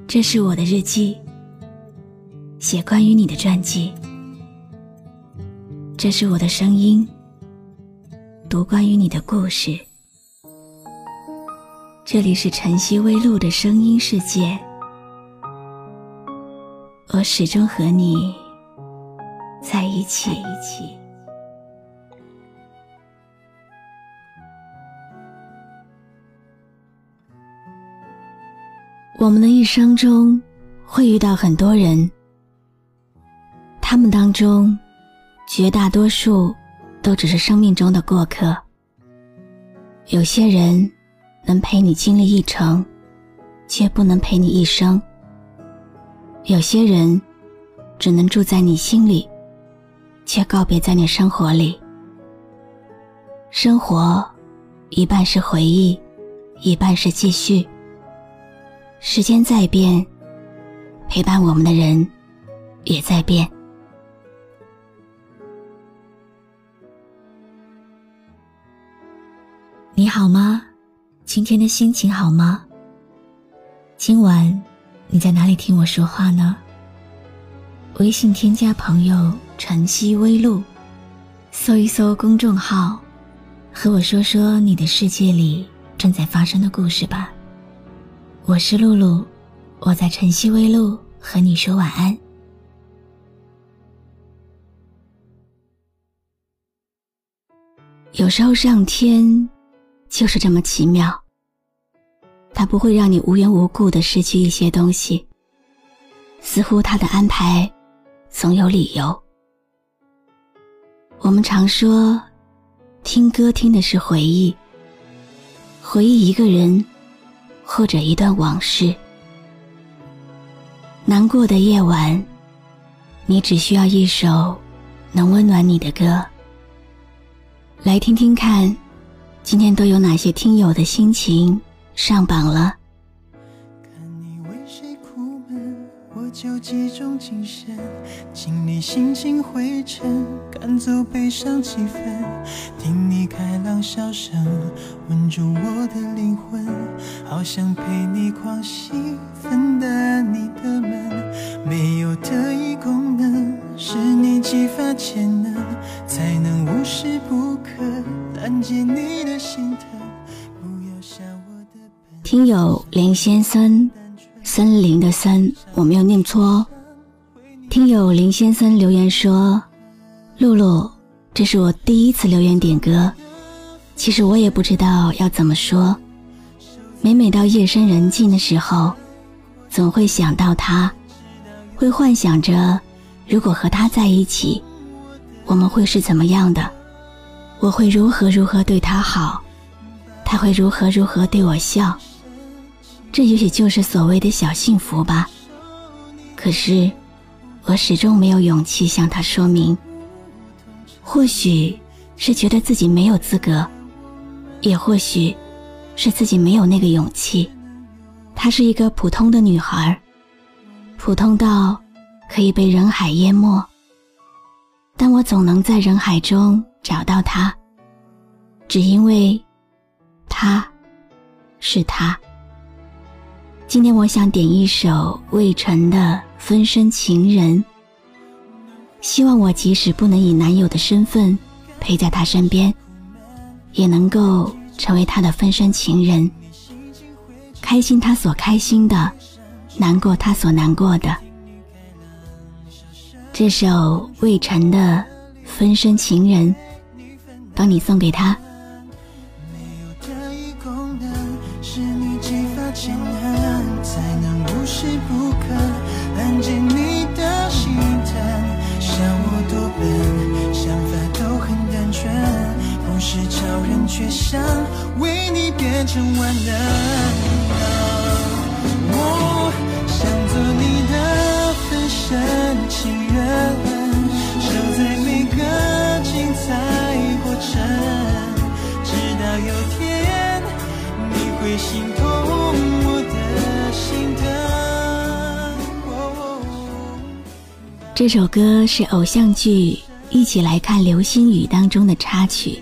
这是我的日记，写关于你的传记。这是我的声音，读关于你的故事。这里是晨曦微露的声音世界，我始终和你在一起。我们的一生中会遇到很多人，他们当中绝大多数都只是生命中的过客。有些人能陪你经历一程，却不能陪你一生。有些人只能住在你心里，却告别在你生活里。生活一半是回忆，一半是继续。时间在变，陪伴我们的人也在变。你好吗？今天的心情好吗？今晚你在哪里听我说话呢？微信添加朋友晨曦微露，搜一搜公众号，和我说说你的世界里正在发生的故事吧。我是露露，我在晨曦微露和你说晚安。有时候上天就是这么奇妙，它不会让你无缘无故地失去一些东西，似乎它的安排总有理由。我们常说，听歌听的是回忆，回忆一个人或者一段往事。难过的夜晚，你只需要一首能温暖你的歌。来听听看，今天都有哪些听友的心情上榜了。 看你为谁苦闷，我就集中精神，清理心情灰尘，赶走悲伤气氛，听你开朗笑声，温住我的灵魂，好想陪你狂喜，分担你的闷，没有特异功能，是你激发潜能，才能无时不刻拦截你的心疼，不要想我的笨。 听友林先生，森林的森我没有念错哦。听友林先生留言说，露露，这是我第一次留言点歌，其实我也不知道要怎么说，每到夜深人静的时候，总会想到他，会幻想着如果和他在一起，我们会是怎么样的，我会如何对他好，他会如何对我笑，这也许就是所谓的小幸福吧。可是我始终没有勇气向他说明，或许是觉得自己没有资格，也或许是自己没有那个勇气。她是一个普通的女孩，普通到可以被人海淹没，但我总能在人海中找到她，只因为她是她。今天我想点一首魏晨的《分身情人》，希望我即使不能以男友的身份陪在他身边，也能够成为他的分身情人，开心他所开心的，难过他所难过的。这首魏晨的《分身情人》帮你送给他。 没有特异功能，是你激发潜能，才能无时不刻拦截你的心疼，像我多笨，想法都很单纯，不是超人却想为你变成万能。我想做你的分身情人，守在每个精彩过程，直到有天你会心痛我的心疼。 这首歌是偶像剧《一起来看流星雨》当中的插曲，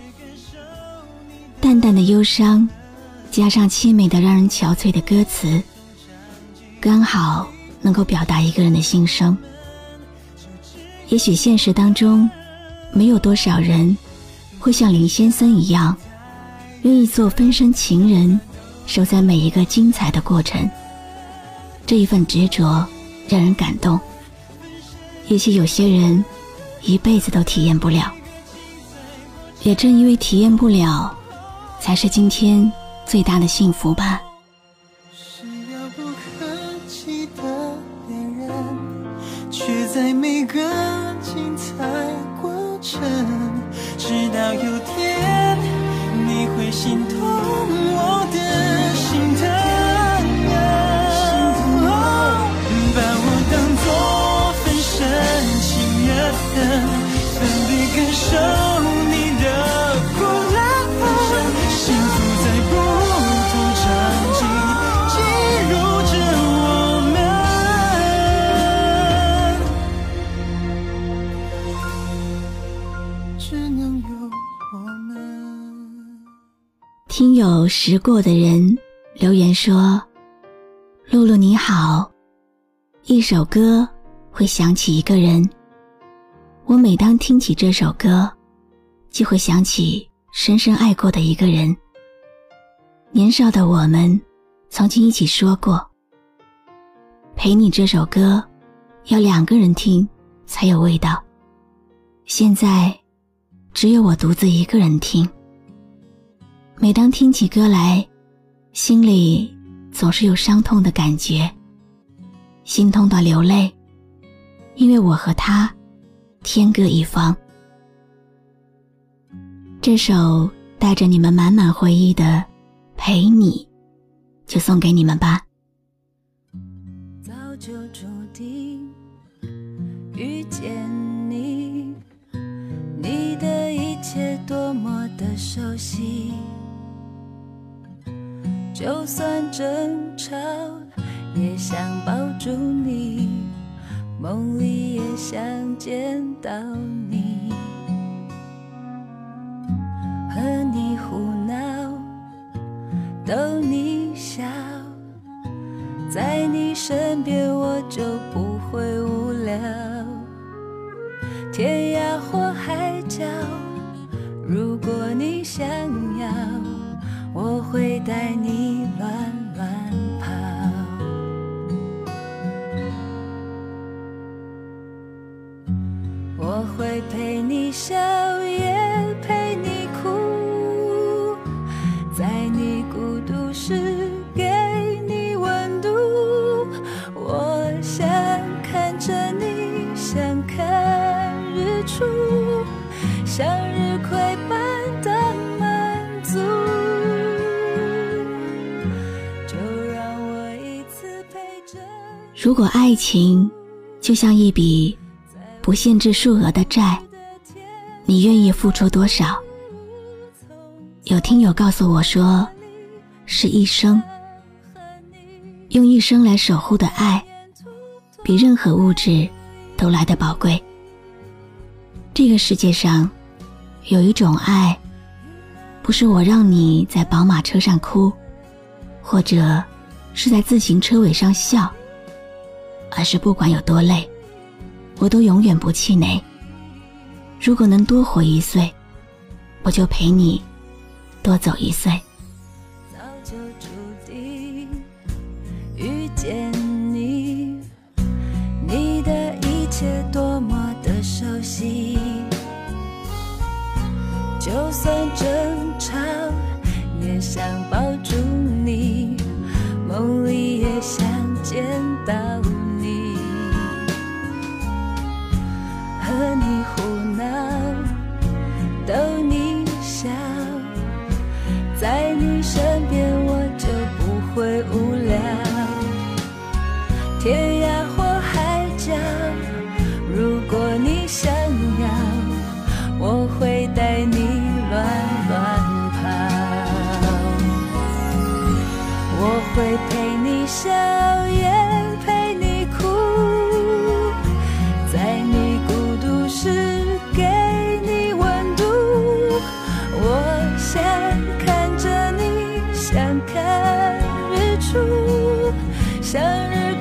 淡淡的忧伤加上凄美的让人憔悴的歌词， 刚好能够表达一个人的心声。也许现实当中没有多少人会像林先生一样愿意做分身情人，守在每一个精彩的过程。这一份执着让人感动，也许有些人一辈子都体验不了，也正因为体验不了，才是今天最大的幸福吧。 是遥不可及的恋人，却在每个精彩过程，直到有天你会心痛我的心疼，把我当作分身情人，分别感受你的苦难，幸福在不同场景记录着我们，只能有我们。 听友识过的人留言说，露露你好，一首歌会想起一个人，我每当听起这首歌，就会想起深深爱过的一个人。年少的我们曾经一起说过，陪你这首歌要2个人听才有味道，现在只有我独自一个人听。每当听起歌来，心里总是有伤痛的感觉，心痛到流泪，因为我和他天各一方。这首带着你们满满回忆的陪你，就送给你们吧。 早就注定遇见你，你的一切多么的熟悉，就算争吵也想抱住你，梦里也想见到你，和你胡闹逗你笑，在你身边我就不会无聊，天涯或海角，如果你想要，我会带你乱乱跑，我会陪你笑也陪你哭，在你孤独时给你温度，我想看着你，想看日出，向日葵般的满足，就让我一次陪着。 如果爱情就像一笔不限制数额的债，你愿意付出多少？有听友告诉我说，是一生。用一生来守护的爱，比任何物质都来得宝贵。这个世界上有一种爱，不是我让你在宝马车上哭，或者是在自行车尾上笑，而是不管有多累，我都永远不气馁。如果能多活1岁，我就陪你多走1岁。 早就注定遇见你，你的一切多么的熟悉，就算争吵也想抱住你，梦里也想见到你，和你胡闹逗你笑，在你身边我就不会无聊，天涯或海角，如果你想要，我会带你乱乱跑，我会陪你笑也陪你哭，在你孤独时给你温度，我想看着你，想看日出，向日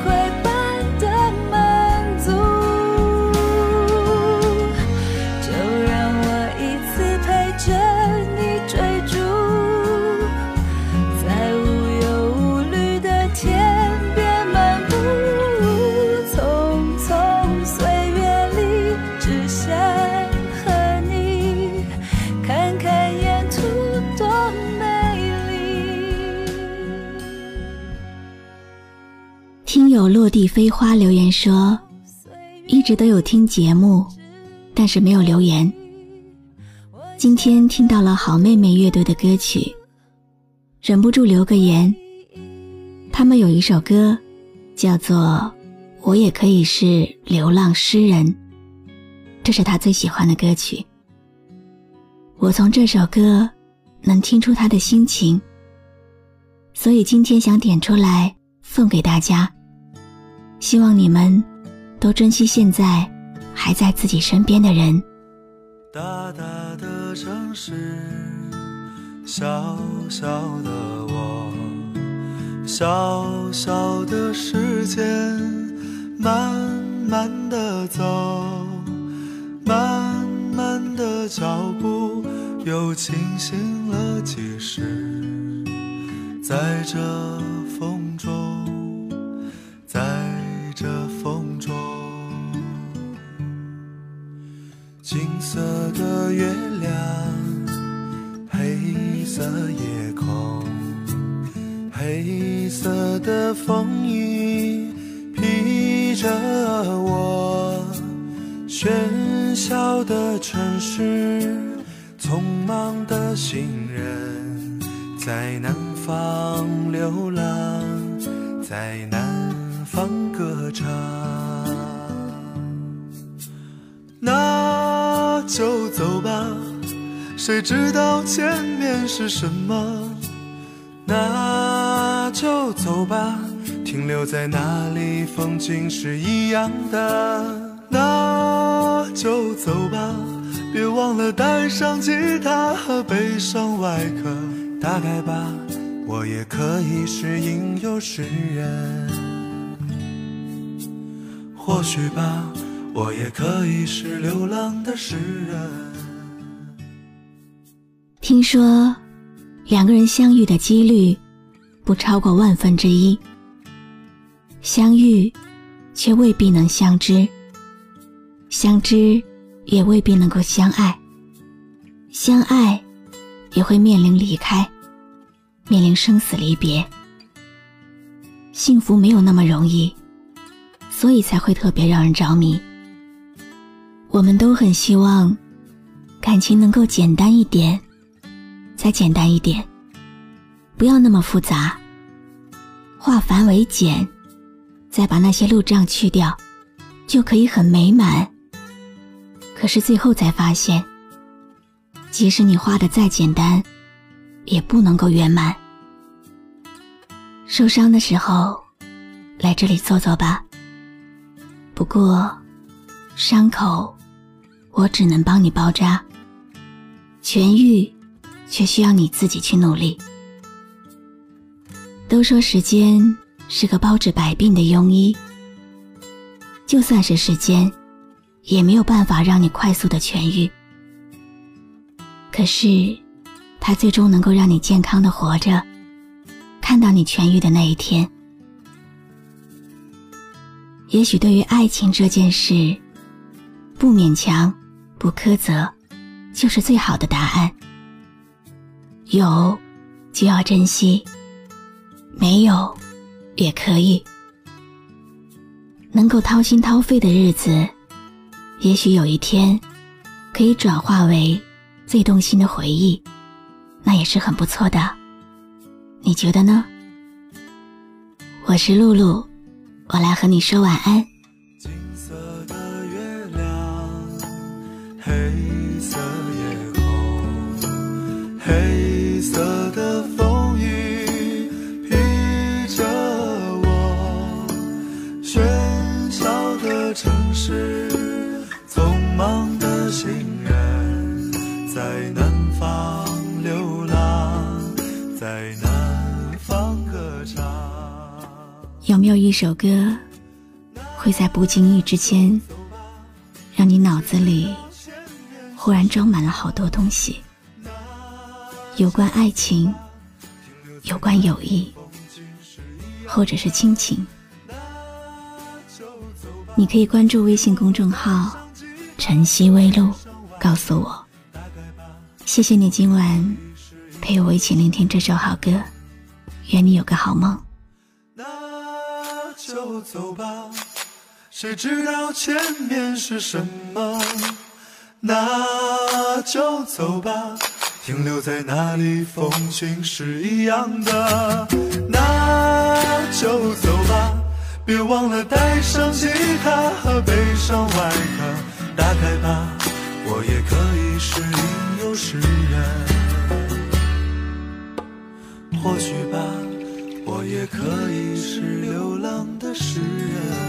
听友落地飞花留言说，一直都有听节目，但是没有留言。今天听到了好妹妹乐队的歌曲，忍不住留个言。他们有一首歌叫做我也可以是流浪诗人，这是他最喜欢的歌曲。我从这首歌能听出他的心情，所以今天想点出来送给大家，希望你们都珍惜现在还在自己身边的人。 大大的城市，小小的我，小小的时间，慢慢地走，慢慢的脚步又清醒了几时，在这风中，在这风中，金色的月亮，黑色夜空，黑色的风衣披着我，喧嚣的城市，匆忙的行人，在南方流浪，在南方歌唱。那就走吧，谁知道前面是什么？那就走吧，停留在那里风景是一样的。那就走吧，别忘了带上吉他和背上外壳。大概吧，我也可以是吟游诗人。或许吧，我也可以是流浪的诗人。 听说两个人相遇的几率不超过1/1000，相遇却未必能相知，相知也未必能够相爱，相爱也会面临离开，面临生死离别。幸福没有那么容易，所以才会特别让人着迷。我们都很希望感情能够简单一点，再简单一点，不要那么复杂，化繁为简，再把那些路障去掉，就可以很美满。可是最后才发现，即使你画得再简单，也不能够圆满。受伤的时候，来这里坐坐吧。不过，伤口我只能帮你包扎，痊愈却需要你自己去努力。都说时间是个包治百病的庸医，就算是时间，也没有办法让你快速的痊愈。可是，它最终能够让你健康的活着，看到你痊愈的那一天。也许对于爱情这件事，不勉强，不苛责，就是最好的答案。有就要珍惜，没有也可以。能够掏心掏肺的日子，也许有一天可以转化为最动心的回忆，那也是很不错的。你觉得呢？我是露露，我来和你说晚安。 金色的月亮，黑色夜空，黑色的风雨披着我，喧嚣的城市，匆忙的行人，在南方流浪，在南方歌唱。 有没有一首歌会在不经意之间让你脑子里忽然装满了好多东西，有关爱情，有关友谊，或者是亲情？你可以关注微信公众号晨曦微露，告诉我。谢谢你今晚陪我一起聆听这首好歌，愿你有个好梦。 就走吧，谁知道前面是什么？那就走吧，停留在那里风景是一样的。那就走吧，别忘了带上吉他和悲伤外壳，打开吧，我也可以是吟游诗人。或许吧，我也可以是流浪的诗人。